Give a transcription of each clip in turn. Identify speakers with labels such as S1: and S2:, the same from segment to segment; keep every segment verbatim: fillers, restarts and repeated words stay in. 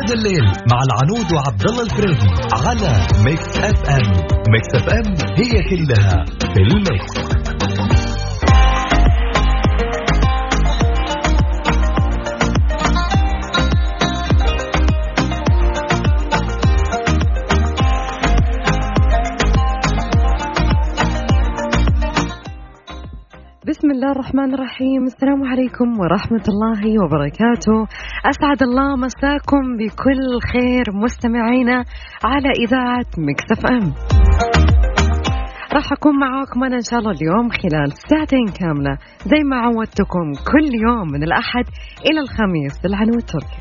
S1: ذا الليل مع العنود وعبد الله الفريدي على ميكس اف ام. ميكس اف ام هي كلها في الميكس.
S2: بسم الله الرحمن الرحيم. السلام عليكم ورحمة الله وبركاته. أسعد الله مساكم بكل خير مستمعينا على إذاعة ميكس اف ام. راح أكون معاكم أنا إن شاء الله اليوم خلال ساعتين كاملة زي ما عودتكم كل يوم من الأحد إلى الخميس بالعنود التركي.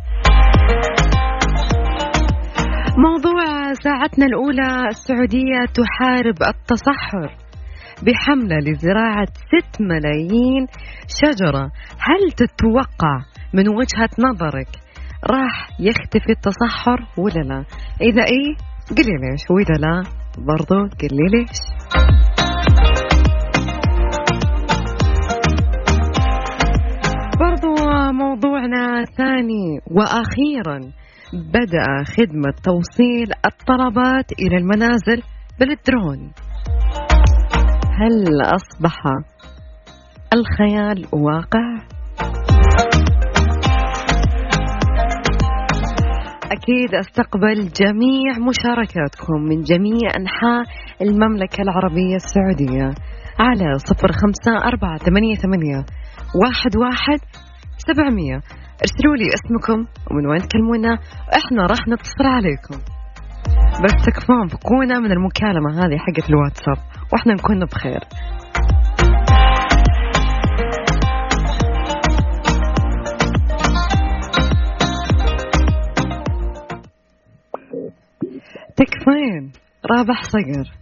S2: موضوع ساعتنا الأولى: السعودية تحارب التصحر بحملة لزراعة ست ملايين شجرة. هل تتوقع من وجهة نظرك راح يختفي التصحر ولا لا؟ إذا إيه قلي ليش، وإذا لا برضو قلي ليش. برضو موضوعنا ثاني وأخيرا: بدأ خدمة توصيل الطلبات إلى المنازل بالدرون. هل أصبح الخيال واقع؟ أكيد أستقبل جميع مشاركاتكم من جميع أنحاء المملكة العربية السعودية على صفر خمسة أربعة ثمانية ثمانية واحد واحد سبعمية. ارسلوا لي اسمكم ومن وين تكلمونا وإحنا راح نتصل عليكم، بس تكفون فكونا من المكالمة هذه حقة الواتساب وإحنا نكون بخير. تكفين رابح صقر.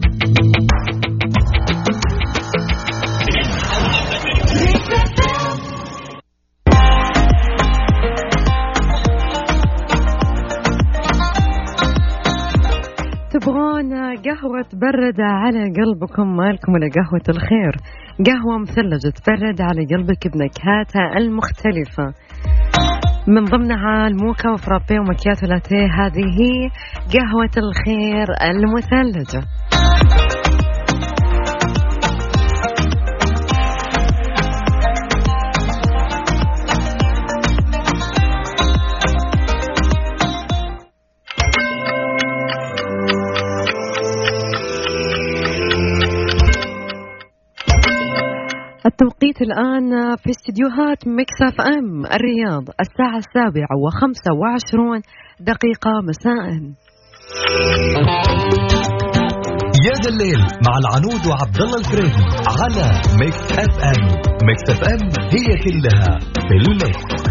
S2: تبغون قهوة تبرد على قلبكم؟ مالكم ولا قهوة الخير، قهوة مثلجة تبرد على قلبك بنكهاتها المختلفة، من ضمنها الموكا وفرابي ومكياتو لاتيه. هذه هي قهوة الخير المثلجة. التوقيت الآن في استديوهات ميكس اف ام الرياض الساعة السابعة وخمسة وعشرون دقيقة مساء.
S1: يا ذا الليل مع العنود وعبد الله الفريدي على ميكس اف ام. ميكس اف ام هي كلها في الميكس.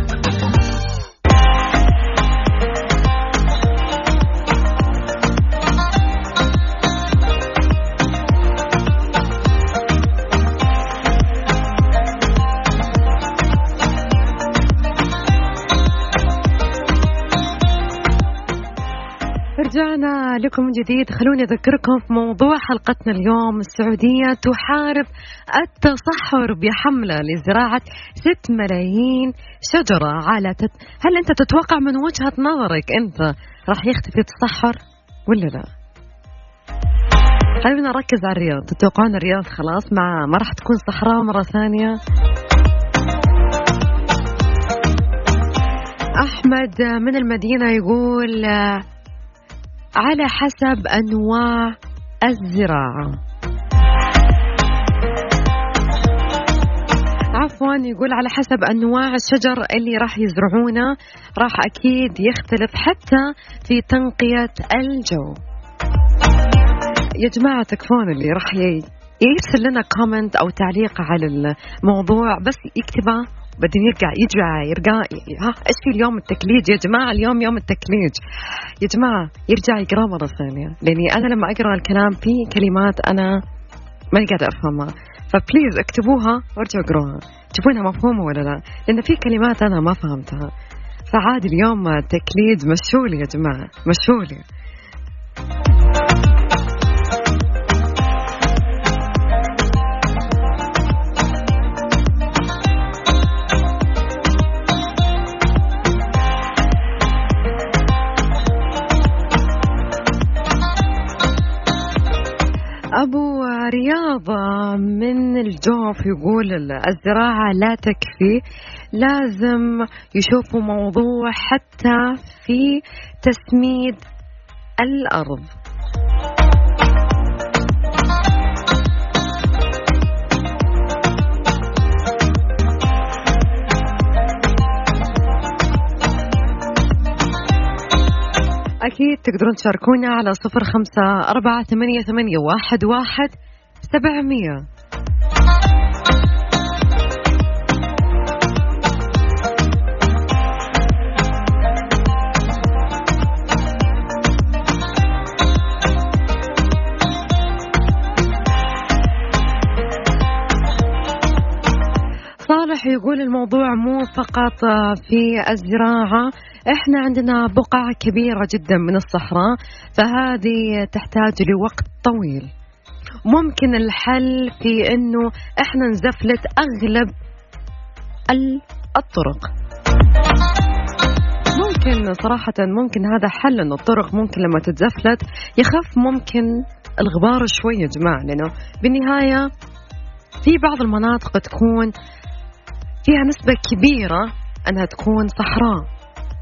S2: رجعنا لكم من جديد. خلوني أذكركم في موضوع حلقتنا اليوم: السعودية تحارب التصحر بحملة لزراعة ست ملايين شجرة على تت... هل أنت تتوقع من وجهة نظرك أنت راح يختفي التصحر ولا لا؟ خلينا نركز على الرياض. تتوقعون الرياض خلاص مع ما راح تكون صحراء مرة ثانية؟ أحمد من المدينة يقول على حسب أنواع الزراعة. عفوا يقول على حسب أنواع الشجر اللي راح يزرعونه راح أكيد يختلف حتى في تنقية الجو. يا جماعة تكفون اللي راح يرسل لنا كومنت أو تعليق على الموضوع بس يكتبه بدين يرجع يرجع يرجع ها إيش في اليوم التكليج يا جماعة؟ اليوم يوم التكليج يا جماعة. يرجع يقرأ مرة ثانية، لأني أنا لما أقرأ الكلام في كلمات أنا ما قاعدة أفهمها، فبليز اكتبوها وارجعوا اقرأوها تشوفونها مفهومة ولا لا، لأن في كلمات أنا ما فهمتها. فعادي اليوم تكليج مشولي يا جماعة، مشولي. أبو رياض من الجوف يقول الزراعة لا تكفي، لازم يشوفوا موضوع حتى في تسميد الأرض. أكيد تقدرون تشاركونا على صفر خمسة أربعة ثمانية ثمانية واحد واحد سبعمية. صالح يقول الموضوع مو فقط في الزراعة، احنا عندنا بقعة كبيرة جدا من الصحراء، فهذه تحتاج لوقت طويل. ممكن الحل في انه احنا نزفلت اغلب الطرق. ممكن صراحة ممكن هذا حل، انه الطرق ممكن لما تتزفلت يخف ممكن الغبار شوية يا جماعة، لانه بالنهاية في بعض المناطق تكون فيها نسبة كبيرة انها تكون صحراء.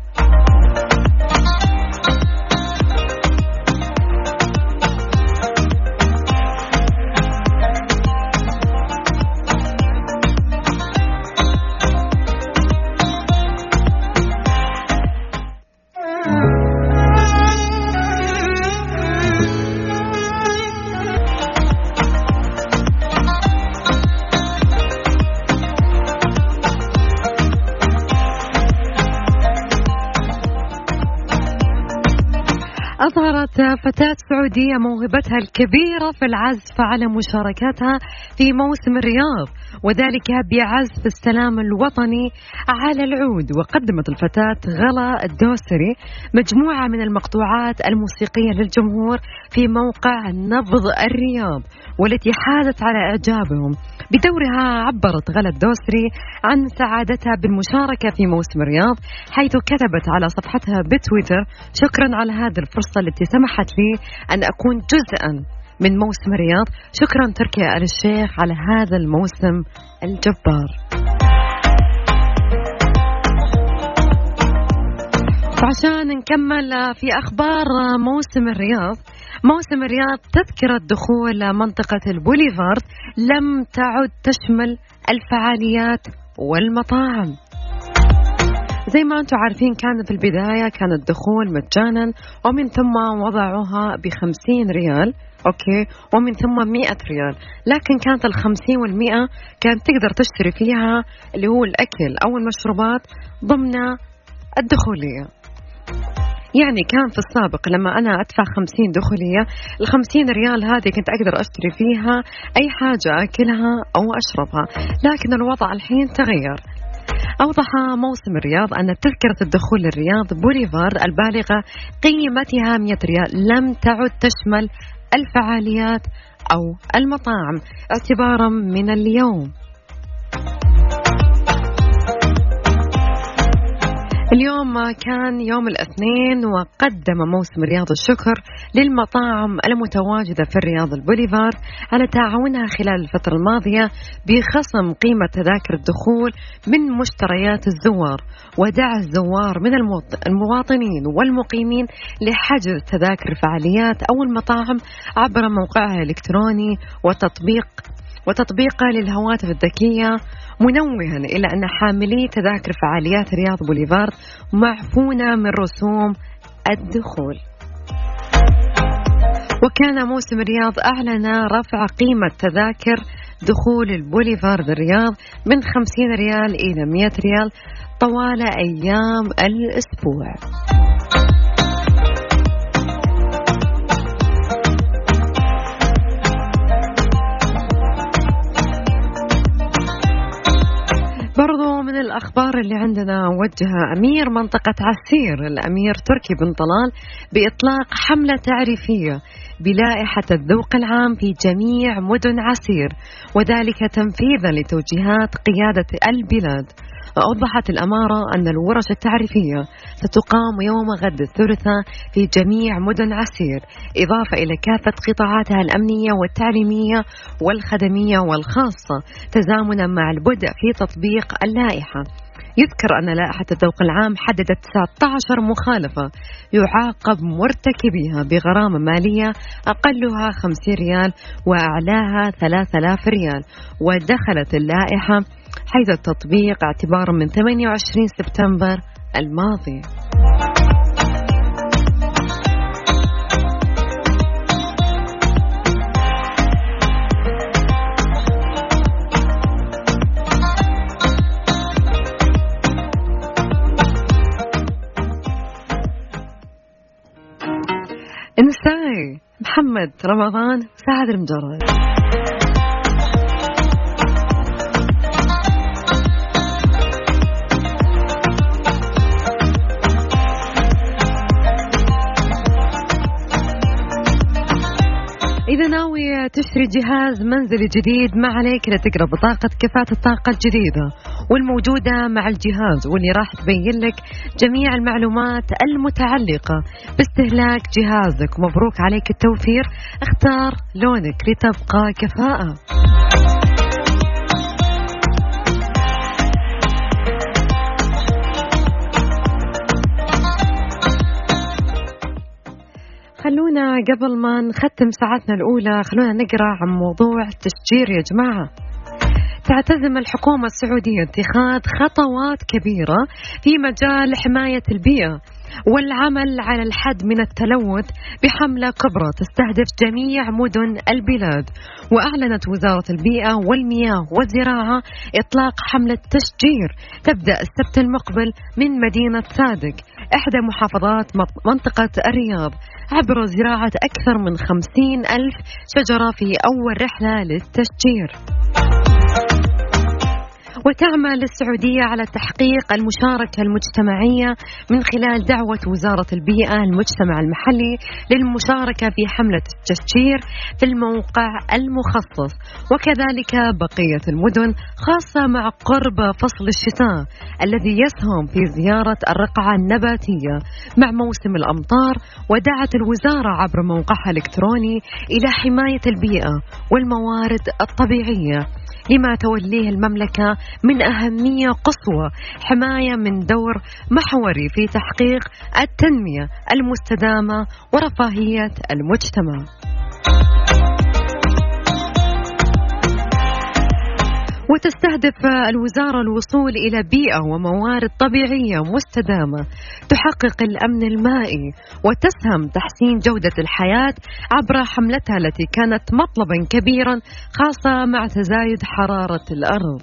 S2: أظهرت فتاة سعودية موهبتها الكبيرة في العزف على مشاركتها في موسم الرياض، وذلك بعزف السلام الوطني على العود. وقدمت الفتاة غلا الدوسري مجموعة من المقطوعات الموسيقية للجمهور في موقع نبض الرياض، والتي حازت على إعجابهم. بدورها عبرت غلا الدوسري عن سعادتها بالمشاركة في موسم الرياض، حيث كتبت على صفحتها بتويتر: شكرا على هذه الفرصة التي سمحت لي أن أكون جزءا من موسم الرياض. شكرا تركي آل الشيخ على هذا الموسم الجبار. وعشان نكمل في أخبار موسم الرياض، موسم الرياض تذكرة دخول منطقة البوليفارد لم تعد تشمل الفعاليات والمطاعم. زي ما أنتم عارفين كان في البداية كان الدخول مجانا، ومن ثم وضعوها بخمسين ريال، أوكي، ومن ثم مئة ريال. لكن كانت الخمسين والمئة كانت تقدر تشتري فيها اللي هو الأكل أو المشروبات ضمن الدخولية. يعني كان في السابق لما أنا أدفع خمسين دخولية، الخمسين ريال هذه كنت أقدر أشتري فيها أي حاجة أكلها أو أشربها. لكن الوضع الحين تغير. أوضح موسم الرياض أن تذكرة الدخول للرياض بوليفارد البالغة قيمتها مئة ريال لم تعد تشمل الفعاليات أو المطاعم اعتبارا من اليوم. اليوم كان يوم الاثنين، وقدم موسم الرياض الشكر للمطاعم المتواجدة في الرياض البوليفارد على تعاونها خلال الفترة الماضية بخصم قيمة تذاكر الدخول من مشتريات الزوار، ودعا الزوار من المواطنين والمقيمين لحجز تذاكر الفعاليات أو المطاعم عبر موقعها الإلكتروني وتطبيق وتطبيقه للهواتف الذكية، منوها إلى أن حاملي تذاكر فعاليات رياض بوليفارد معفونة من رسوم الدخول. وكان موسم الرياض أعلن رفع قيمة تذاكر دخول البوليفارد الرياض من خمسين ريال إلى مئة ريال طوال أيام الأسبوع. برضو من الأخبار اللي عندنا، وجه أمير منطقة عسير الأمير تركي بن طلال بإطلاق حملة تعريفية بلائحة الذوق العام في جميع مدن عسير، وذلك تنفيذا لتوجيهات قيادة البلاد. فأوضحت الأمارة أن الورش التعريفية ستقام يوم غد الثلاثاء في جميع مدن عسير، إضافة إلى كافة قطاعاتها الأمنية والتعليمية والخدمية والخاصة، تزامنا مع البدء في تطبيق اللائحة. يذكر أن لائحة الذوق العام حددت تسعة عشر مخالفة يعاقب مرتكبيها بغرامة مالية أقلها خمسين ريال وأعلاها ثلاثة آلاف ريال، ودخلت اللائحة حيز التطبيق اعتبارا من ثمانية وعشرين سبتمبر الماضي. إنساي محمد رمضان سعد المجرد. إذا ناوي تشتري جهاز منزلي جديد ما عليك إلا تقرأ بطاقة كفاءة الطاقة الجديدة والموجودة مع الجهاز، واللي راح تبين لك جميع المعلومات المتعلقة باستهلاك جهازك. مبروك عليك التوفير، اختار لونك لتبقى كفاءة. خلونا قبل ما نختم ساعتنا الأولى خلونا نقرأ عن موضوع التشجير يا جماعة. تعتزم الحكومة السعودية اتخاذ خطوات كبيرة في مجال حماية البيئة والعمل على الحد من التلوث بحملة كبرى تستهدف جميع مدن البلاد. وأعلنت وزارة البيئة والمياه والزراعة إطلاق حملة تشجير تبدأ السبت المقبل من مدينة صادق إحدى محافظات منطقة الرياض عبر زراعة أكثر من خمسين ألف شجرة في أول رحلة للتشجير. وتعمل السعودية على تحقيق المشاركة المجتمعية من خلال دعوة وزارة البيئة المجتمع المحلي للمشاركة في حملة التشجير في الموقع المخصص، وكذلك بقية المدن، خاصة مع قرب فصل الشتاء الذي يسهم في زيارة الرقعة النباتية مع موسم الأمطار. ودعت الوزارة عبر موقعها الإلكتروني إلى حماية البيئة والموارد الطبيعية لما توليه المملكة من أهمية قصوى، حماية من دور محوري في تحقيق التنمية المستدامة ورفاهية المجتمع. وتستهدف الوزارة الوصول إلى بيئة وموارد طبيعية مستدامة تحقق الأمن المائي وتسهم تحسين جودة الحياة عبر حملتها التي كانت مطلبا كبيرا خاصة مع تزايد حرارة الأرض.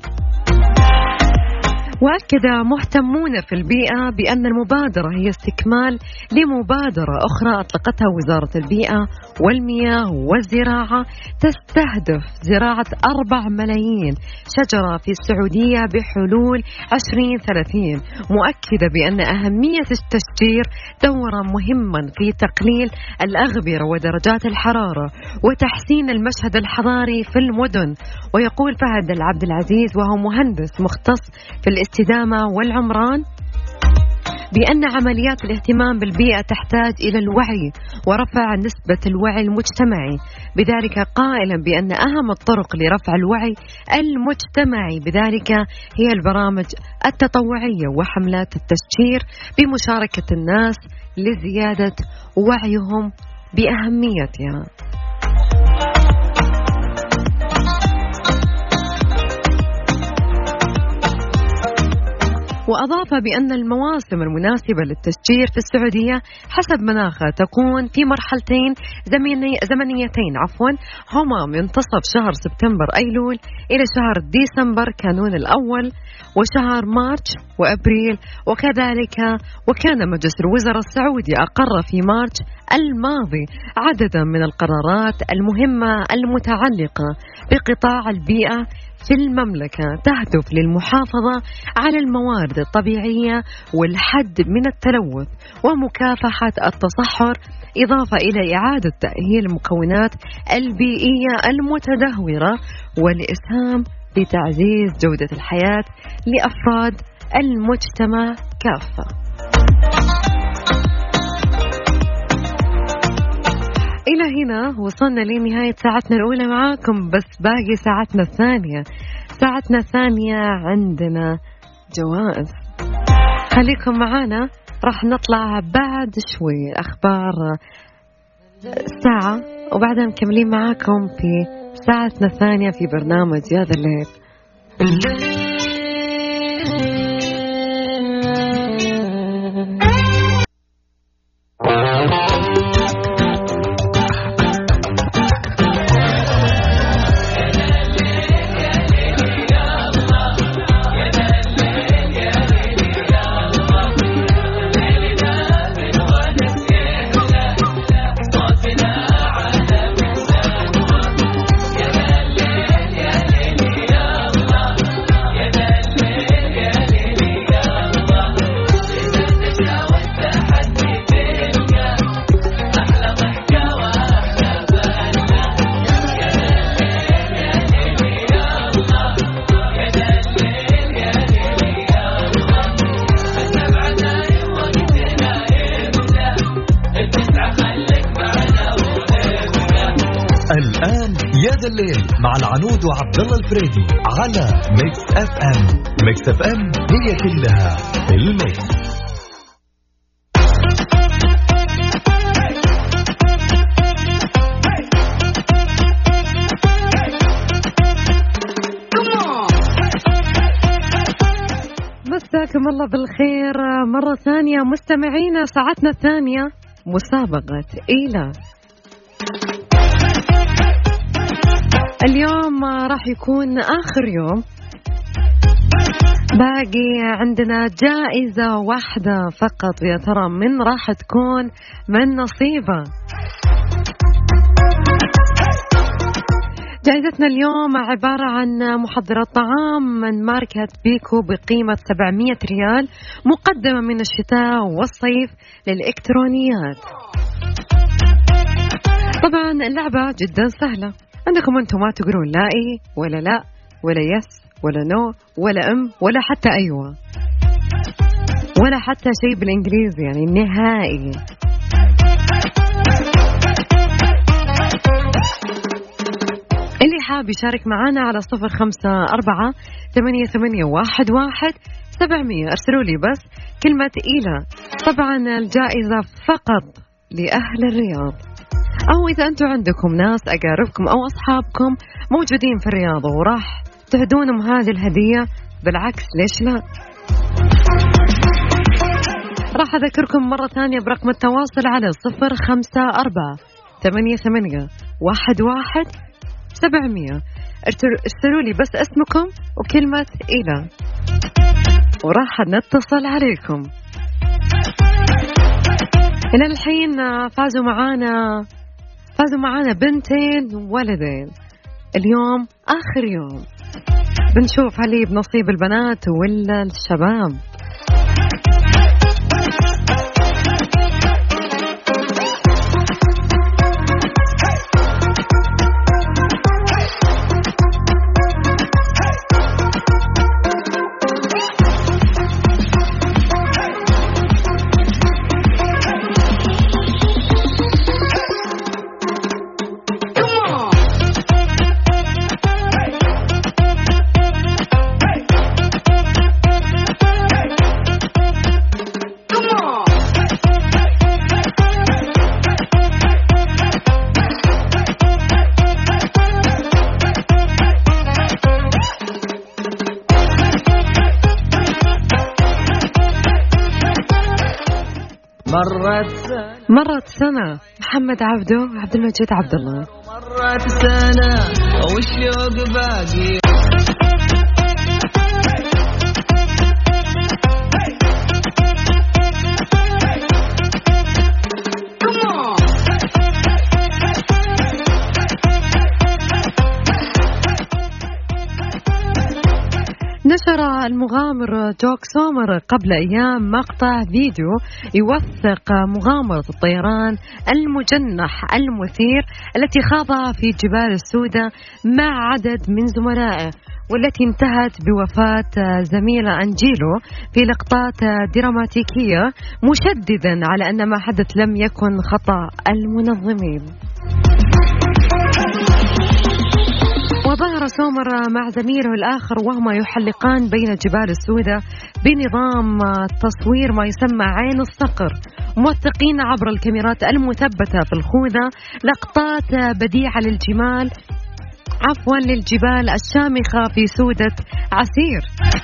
S2: وأكد مهتمون في البيئة بأن المبادرة هي استكمال لمبادرة أخرى أطلقتها وزارة البيئة والمياه والزراعة تستهدف زراعة أربع ملايين شجرة في السعودية بحلول عشرين ثلاثين، مؤكدة بأن أهمية التشجير دورا مهما في تقليل الأغبرة ودرجات الحرارة وتحسين المشهد الحضاري في المدن. ويقول فهد العبد العزيز وهو مهندس مختص في الاستدامة والعمران بأن عمليات الاهتمام بالبيئة تحتاج إلى الوعي ورفع نسبة الوعي المجتمعي، بذلك قائلا بأن أهم الطرق لرفع الوعي المجتمعي بذلك هي البرامج التطوعية وحملات التشجير بمشاركة الناس لزيادة وعيهم بأهميتها. وأضاف بأن المواسم المناسبة للتشجير في السعودية حسب مناخها تكون في مرحلتين زمني زمنيتين عفوا هما منتصف شهر سبتمبر أيلول إلى شهر ديسمبر كانون الأول وشهر مارس وأبريل. وكذلك وكان مجلس الوزراء السعودي أقر في مارس الماضي عددا من القرارات المهمة المتعلقة بقطاع البيئة في المملكة تهدف للمحافظة على الموارد الطبيعية والحد من التلوث ومكافحة التصحر، إضافة إلى إعادة تأهيل المكونات البيئية المتدهورة والإسهام بتعزيز جودة الحياة لأفراد المجتمع كافة. إلى هنا وصلنا لنهاية ساعتنا الأولى معاكم، بس باقي ساعتنا الثانية. ساعتنا الثانية عندنا جوائز، خليكم معانا، راح نطلع بعد شوي أخبار الساعة، وبعدها مكملين معاكم في ساعتنا الثانية في برنامج يا ذا الليل.
S1: الآن يا ذا الليل مع العنود وعبد الله الفريدي على ميكس اف ام. ميكس اف ام هي كلها الميكس.
S2: مساكم الله بالخير مرة ثانية مستمعينا. ساعتنا الثانية مسابقة إيلا. اليوم راح يكون آخر يوم، باقي عندنا جائزة واحدة فقط. يا ترى من راح تكون من نصيبه؟ جائزتنا اليوم عبارة عن محضرات طعام من ماركة بيكو بقيمة سبعمية ريال، مقدمة من الشتاء والصيف للإلكترونيات. طبعا اللعبة جدا سهلة، عندكم أنتم ما تقولون لا إيه ولا لا ولا يس ولا نو ولا أم ولا حتى أيوة ولا حتى شيء بالإنجليزي يعني نهائي. اللي حاب يشارك معنا على صفر خمسة أربعة ثمانية ثمانية واحد واحد سبعمية أرسلوا لي بس كلمة إيلا. طبعا الجائزة فقط لأهل الرياض، أو إذا أنتم عندكم ناس أقاربكم أو أصحابكم موجودين في الرياض وراح تهدونهم هذه الهدية، بالعكس ليش لا. راح أذكركم مرة ثانية برقم التواصل على صفر خمسة أربعة ثمانية ثمانية واحد واحد سبعمية. ارسلوا لي بس اسمكم وكلمة إيلا وراح نتصل عليكم. إلى الحين فازوا معانا فازوا معانا بنتين وولدين. اليوم آخر يوم، بنشوف هل بنصيب البنات ولا الشباب. مرت سنة مرت سنة محمد عبده عبد المجيد عبد الله. مرت سنة والشوق باقي. نشر نشر المغامر جوك سومر قبل أيام مقطع فيديو يوثق مغامرة الطيران المجنح المثير التي خاضها في جبال السودة مع عدد من زملائه، والتي انتهت بوفاة زميله أنجيلو في لقطات دراماتيكية، مشددا على أن ما حدث لم يكن خطأ المنظمين. وظهر سومر مع زميله الآخر وهما يحلقان بين جبال السودة بنظام تصوير ما يسمى عين الصقر، موثقين عبر الكاميرات المثبتة في الخوذة لقطات بديعة للجمال عفوا للجبال الشامخة في سودة عسير.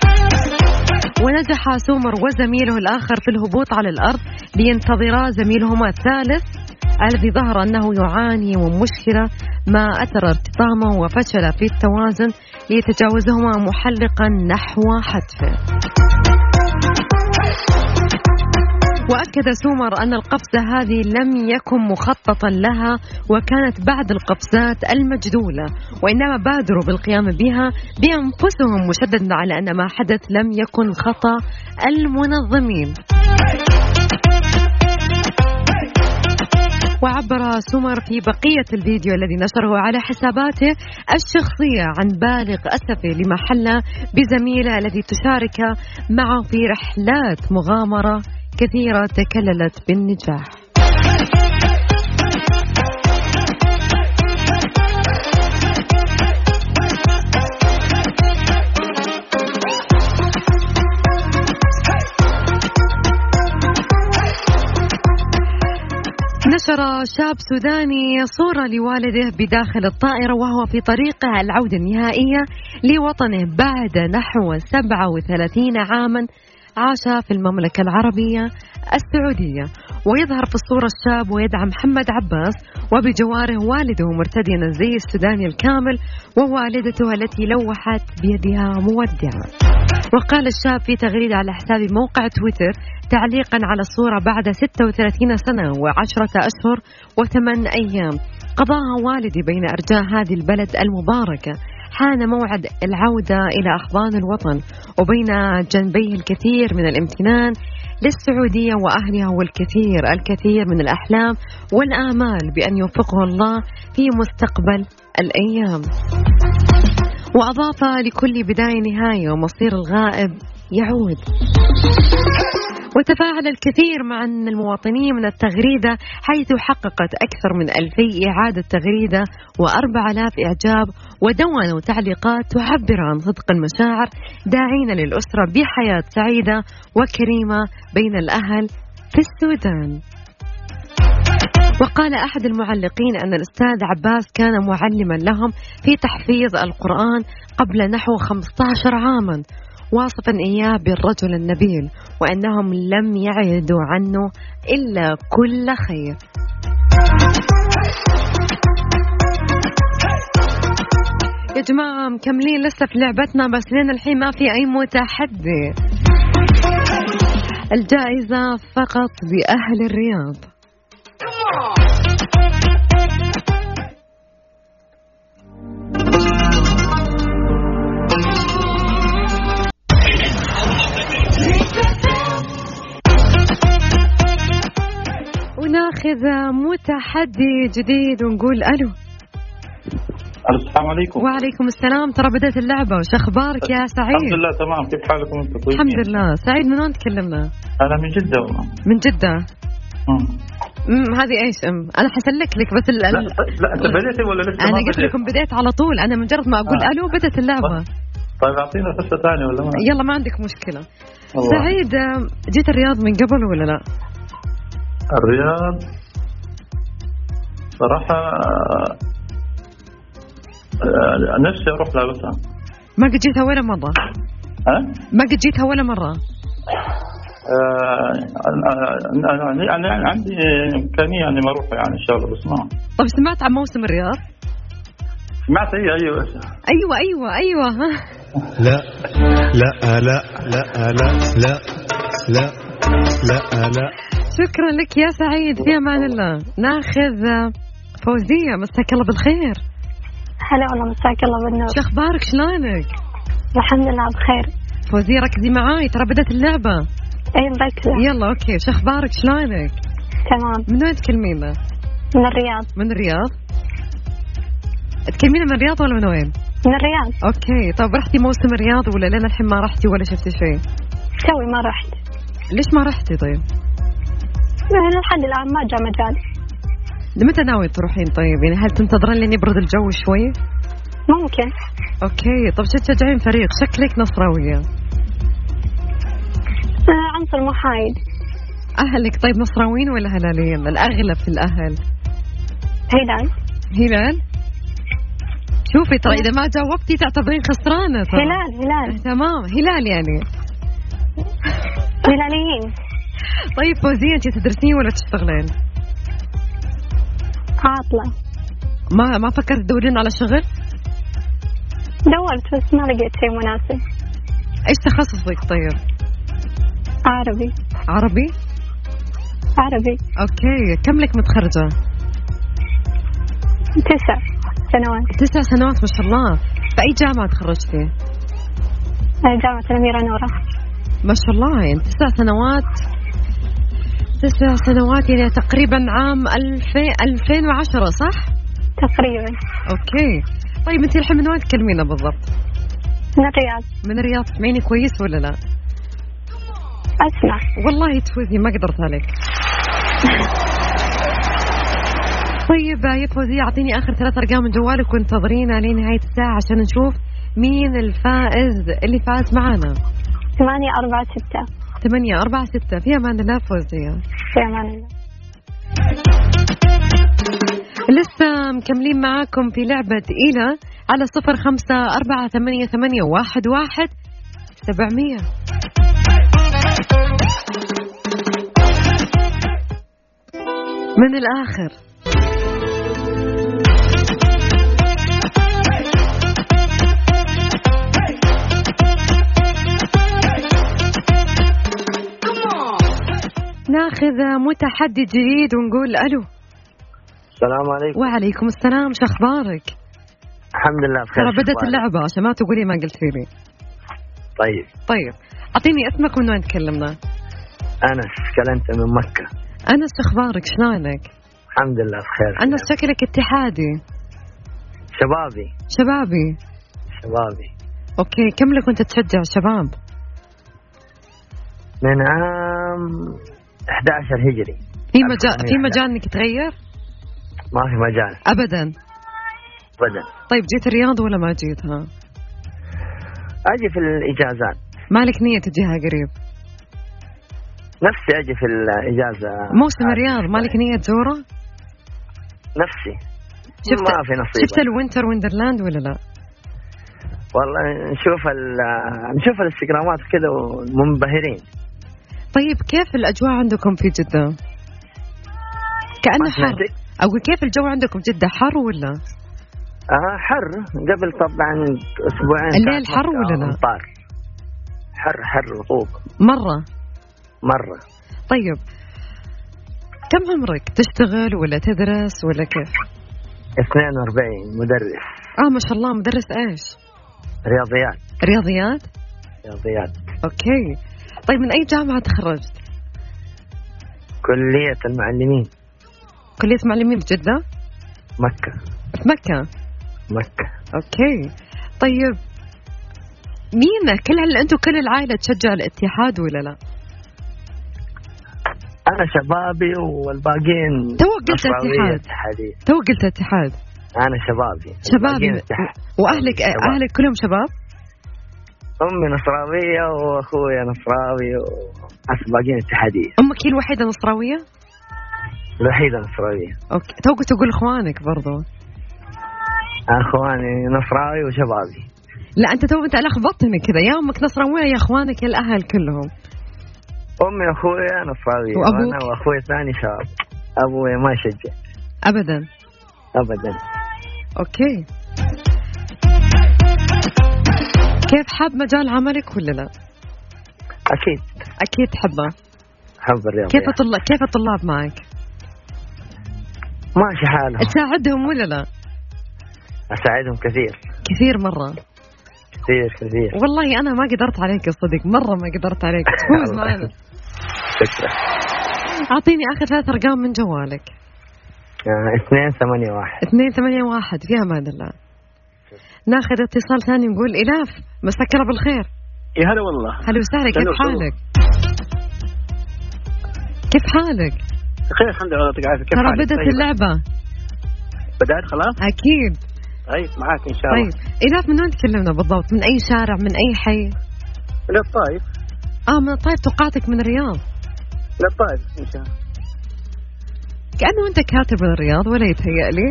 S2: ونجح سومر وزميله الآخر في الهبوط على الأرض لينتظرا زميلهما الثالث الذي ظهر أنه يعاني من مشكلة ما أثر ارتطامه وفشل في التوازن ليتجاوزهما محلقا نحو حتفه. وأكد سومر أن القفزة هذه لم يكن مخططا لها وكانت بعد القفزات المجدولة، وإنما بادروا بالقيام بها بأنفسهم، مشددا على أن ما حدث لم يكن خطأ المنظمين. وعبر سومر في بقية الفيديو الذي نشره على حساباته الشخصية عن بالغ أسفه لما حل بزميله الذي تشارك معه في رحلات مغامرة كثيرة تكللت بالنجاح. نشر شاب سوداني صورة لوالده بداخل الطائرة وهو في طريقه العودة النهائية لوطنه بعد نحو سبعة وثلاثين عاما عاش في المملكة العربية السعودية. ويظهر في الصورة الشاب ويدعم محمد عباس وبجواره والده مرتديا الزي السوداني الكامل ووالدته التي لوحت بيدها مودعة. وقال الشاب في تغريدة على حساب موقع تويتر تعليقا على الصورة: بعد ستة وثلاثين سنة وعشرة أشهر وثمان أيام قضاها والدي بين أرجاء هذه البلد المباركة، حان موعد العودة إلى أحضان الوطن، وبين جنبيه الكثير من الامتنان للسعودية وأهلها والكثير الكثير من الأحلام والآمال بأن يوفقه الله في مستقبل الأيام. وأضاف: لكل بداية نهاية ومصير الغائب يعود. وتفاعل الكثير مع المواطنين من التغريدة، حيث حققت أكثر من ألفي إعادة تغريدة وأربع آلاف إعجاب، ودونوا تعليقات تعبر عن صدق المشاعر، داعين للأسرة بحياة سعيدة وكريمة بين الأهل في السودان. وقال أحد المعلقين أن الأستاذ عباس كان معلما لهم في تحفيظ القرآن قبل نحو خمسة عشر عاما، واصفا إياه بالرجل النبيل، وأنهم لم يعدوا عنه إلا كل خير. يا جماعة مكملين لسه في لعبتنا، بس لين الحين ما في أي متحدي. الجائزة فقط بأهل الرياض. وناخذ متحدي جديد ونقول ألو.
S3: السلام عليكم.
S2: وعليكم السلام. ترى بدأت اللعبة، وش أخبارك يا سعيد؟
S3: الحمد لله تمام. كيف حالكم انتم؟ طيبين؟
S2: الحمد لله. سعيد من وين تكلمنا؟
S3: أنا من جدة.
S2: من جدة.
S3: امم
S2: امم هذه ايش ام انا حسلك لك بس ال...
S3: لا لا انت بديتي ولا لسه؟
S2: انا قلت لكم بديت على طول، انا مجرد ما اقول آه. الو بدت اللعبة.
S3: طيب اعطينا فرصة ثانية ولا ما؟
S2: يلا ما عندك مشكلة. الله. سعيد جيت الرياض من قبل ولا لا؟
S3: الرياض صراحة نفسي اروح لها بس
S2: ما قد جيتها ولا مرة.
S3: ها؟
S2: ما قد جيتها ولا مرة.
S3: أنا يعني عندي إمكانية يعني ما أروح يعني إن شاء الله بس ما.
S2: طب سمعت عن موسم الرياض؟
S3: سمعت أيوة أيوة
S2: أيوة أيوة أيوة ها.
S1: لا لا لا لا لا لا لا لا لا.
S2: شكرا لك يا سعيد، في أمان الله. ناخذ فوزية، مساك الله بالخير.
S4: هلا والله، مساك الله بالنور.
S2: شو أخبارك؟ شلونك؟
S4: الحمد لله بخير.
S2: فوزية ركزي معاي ترى بدت اللعبة.
S4: اي مركزة.
S2: يلا اوكي، شو اخبارك شلونك؟
S4: تمام.
S2: من وين تكلمينا؟
S4: من الرياض.
S2: من الرياض؟ تكلمينا من الرياض ولا من وين؟
S4: من الرياض.
S2: اوكي، طب رحتي موسم الرياض ولا لين الحين ما رحتي ولا شفتي شيء؟
S4: توي ما رحت.
S2: ليش ما رحتي طيب؟
S4: يعني لحد الآن ما جاء مجال.
S2: متى ناوي تروحين طيب؟ يعني هل تنتظرين لين يبرد الجو شوي؟
S4: ممكن.
S2: اوكي، طب شو تشجعين فريق؟ شكلك نصراوية.
S4: آه عنصر محايد.
S2: أهلك طيب نصراويين ولا هلاليين؟ الأغلب في الأهل.
S4: هلال.
S2: هلال؟ شوفي ترى إذا ما جاوبتي تعتبرين خسرانة ترى.
S4: هلال هلال.
S2: تمام، هلال يعني.
S4: هلاليين.
S2: طيب فوزية أنت تدرسين ولا تشتغلين؟
S4: عاطلة.
S2: ما ما فكرت تدورين على شغل؟
S4: دورت بس ما لقيت شيء مناسب.
S2: إيش تخصصك طيب؟
S4: عربي.
S2: عربي؟
S4: عربي.
S2: أوكي، كم لك متخرجة؟
S4: تسع سنوات.
S2: تسع سنوات ما شاء الله. بأي جامعة تخرجتي؟
S4: جامعة الأميرة نورة.
S2: ما شاء الله، يعني تسع سنوات. تسع سنوات يعني تقريبا عام ألفين ألفين وعشرة صح؟
S4: تقريبا.
S2: أوكي، طيب أنت الحين من وين تكلمينا بالضبط؟
S4: من الرياض.
S2: من الرياض، تسمعيني كويس ولا لا؟
S4: أسمع.
S2: والله تفوزي ما قدرت عليك. طيب يا فوزية أعطيني آخر ثلاث أرقام من جوالك وانتظرينا لنهاية الساعة عشان نشوف مين الفائز اللي فاز معنا.
S4: ثمانية أربعة ستة.
S2: ثمانية أربعة ستة. في أمان الله فوزية.
S4: في أمان الله.
S2: لسه مكملين معاكم في لعبة إيلا على صفر خمسة أربعة ثمانية ثمانية واحد واحد سبعمية. من الآخر ناخذ متحدي جديد ونقول ألو.
S5: السلام عليكم.
S2: وعليكم السلام، شو أخبارك؟
S5: الحمد لله بخير.
S2: ترى بدت اللعبة عشان ما تقولي ما قلتي لي.
S5: طيب
S2: طيب أعطيني اسمك ومن وين تكلمنا؟
S5: أنس، كلمت من مكة.
S2: أنس شو أخبارك شلونك؟
S5: الحمد لله بخير.
S2: أنس شكلك اتحادي.
S5: شبابي.
S2: شبابي.
S5: شبابي.
S2: أوكي، كم لك وأنت تشجع الشباب؟
S5: من عام أحد عشر هجري.
S2: في مجال في مجال إنك تغير؟
S5: ما في مجال
S2: أبدا.
S5: أبدا.
S2: طيب جيت الرياض ولا ما جيتها؟
S5: أجي في الإجازات.
S2: مالك نية تجيها قريب؟
S5: نفسي أجي في الإجازة.
S2: موسم الرياض مالك نية تزوره؟
S5: نفسي.
S2: شفت
S5: ما في نصيب.
S2: شفت الوينتر ويندرلاند ولا لا؟
S5: والله نشوف ال نشوف الانستغرامات كذا ومنبهرين.
S2: طيب كيف الأجواء عندكم في جدة؟ كأنه حر. أقول كيف الجو عندكم في جدة، حر ولا؟
S5: آه حر. قبل طبعا أسبوعين
S2: الليل حر ولا لا؟
S5: أمطار. حر حر رطوبة
S2: مرة.
S5: مرة.
S2: طيب كم عمرك؟ تشتغل ولا تدرس ولا كيف؟
S5: اثنين وأربعين. مدرس.
S2: آه ما شاء الله. مدرس إيش؟
S5: رياضيات.
S2: رياضيات.
S5: رياضيات.
S2: أوكي. طيب من أي جامعة تخرجت؟
S5: كلية المعلمين.
S2: كلية معلمين في جدة؟
S5: مكة.
S2: في مكة.
S5: مكة.
S2: أوكي. طيب مين كل هل أنتوا كل العائلة تشجع الاتحاد ولا لا؟
S5: أنا شبابي والباقين
S2: تو قلت اتحاد. تو قلت اتحاد.
S5: أنا شبابي.
S2: شبابي. وأهلك
S5: شباب.
S2: أهلك كلهم شباب؟
S5: أمي نصراوية وأخويا نصراوي وأسباقين اتحادية.
S2: أمك هي الوحيدة نصراوية؟
S5: الوحيدة نصراوية.
S2: أوكي. تو قلت تقول إخوانك برضو.
S5: أخواني نصراوي وشبابي.
S2: لا أنت تو أنت لخبطتني كذا، يا أمك نصراوية يا إخوانك يا الأهل كلهم.
S5: أمي وأخويا نصراوية وأنا وأخوي ثاني شباب. أبوي ما يشجع
S2: أبدا.
S5: أبدا.
S2: أوكي. كيف حاب مجال عملك ولا لا؟
S5: أكيد.
S2: أكيد تحبه.
S5: حب الرياضة.
S2: كيف الطلاب كيف الطلاب معك؟
S5: ماشي حالهم.
S2: تساعدهم ولا لا؟
S5: أساعدهم كثير.
S2: كثير مرة.
S5: كثير كثير.
S2: والله أنا ما قدرت عليك يا صديق، مرة ما قدرت عليك. تفوز معنا.
S5: شكرا.
S2: أعطيني آخر ثلاث أرقام من جوالك.
S5: اثنين ثمانية واحد.
S2: اثنين ثمانية واحد. في أمان الله. ناخذ اتصال ثاني نقول إلاف، مساك الله بالخير.
S6: يا هلا والله.
S2: هلا وسهلا، كيف حالك؟ كيف حالك؟
S6: بخير الحمد لله، يعطيك العافية. كيف
S2: ترى
S6: حالك؟
S2: بدت
S6: طيب.
S2: اللعبة.
S6: بدأت خلاص؟
S2: أكيد.
S6: طيب معاك إن شاء الله.
S2: طيب إلاف، من وين تكلمنا بالضبط؟ من أي شارع؟ من أي حي؟
S6: من الطائف.
S2: آه من الطائف. توقعتك من الرياض.
S6: من الطائف إن شاء الله.
S2: كأنه أنت كاتب من الرياض ولا يتهيأ لي؟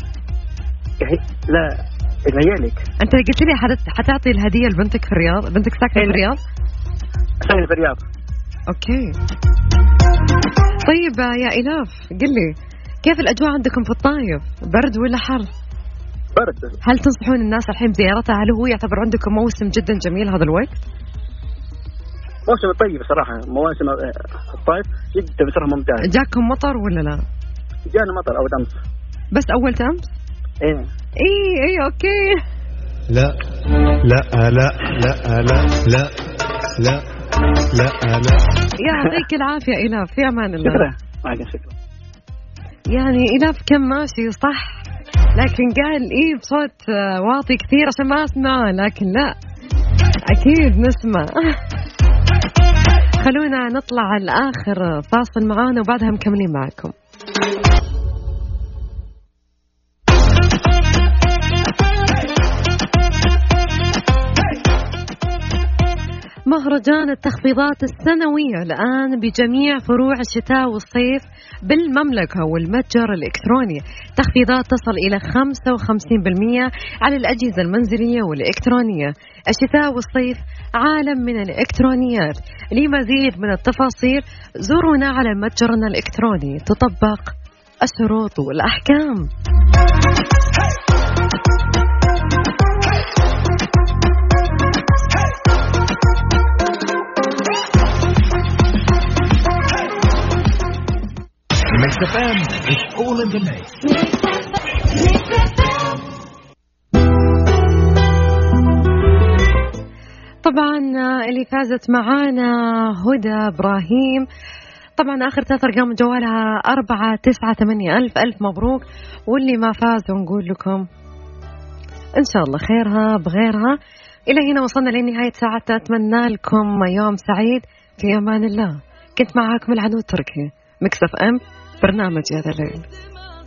S6: لا يتهيألك.
S2: أنت قلت لي حتعطي الهدية لبنتك في الرياض، بنتك ساكنة في الرياض؟
S6: ساكنة في الرياض.
S2: أوكي. طيب يا إلاف قل لي، كيف الأجواء عندكم في الطائف؟ برد ولا حر؟
S6: برد.
S2: هل تنصحون الناس الحين بزيارتها؟ هل هو يعتبر عندكم موسم جدا جميل هذا الوقت؟
S6: موسم طيب بصراحة، مواسم الطائف جدا بصراحة ممتاز.
S2: جاكم مطر ولا لا؟
S6: جانا مطر أول أمس.
S2: بس أول أمس؟
S6: إيه.
S2: إيه إيه أوكي.
S7: لا لا لا لا لا لا لا لا لا.
S2: يعطيك العافية إلاف، في أمان الله.
S6: شكرا. معك شكرا.
S2: يعني إلاف كم ماشي صح، لكن قال إيه بصوت واطي كثير عشان ما أسمع، لكن لا أكيد نسمع. خلونا نطلع الآخر فاصل معانا وبعدها مكملين معكم. مهرجان التخفيضات السنوية الآن بجميع فروع الشتاء والصيف بالمملكة والمتجر الإلكتروني. تخفيضات تصل إلى خمسة وخمسين بالمئة على الأجهزة المنزلية والإلكترونية. الشتاء والصيف عالم من الإلكترونيات. لمزيد من التفاصيل زورونا على متجرنا الإلكتروني، تطبق الشروط والأحكام.
S1: Mix إف إم, it's all in the mix.
S2: طبعا اللي فازت معانا هدى إبراهيم، طبعا آخر ثلاث أرقام من جوالها أربعة تسعة ثمانية. ألف ألف مبروك. واللي ما فاز نقول لكم إن شاء الله خيرها بغيرها. إلى هنا وصلنا لنهاية ساعتنا، أتمنى لكم يوم سعيد، في أمان الله. كنت معاكم العنود تركي، ميكس إف إم، برنامج هذا الليل.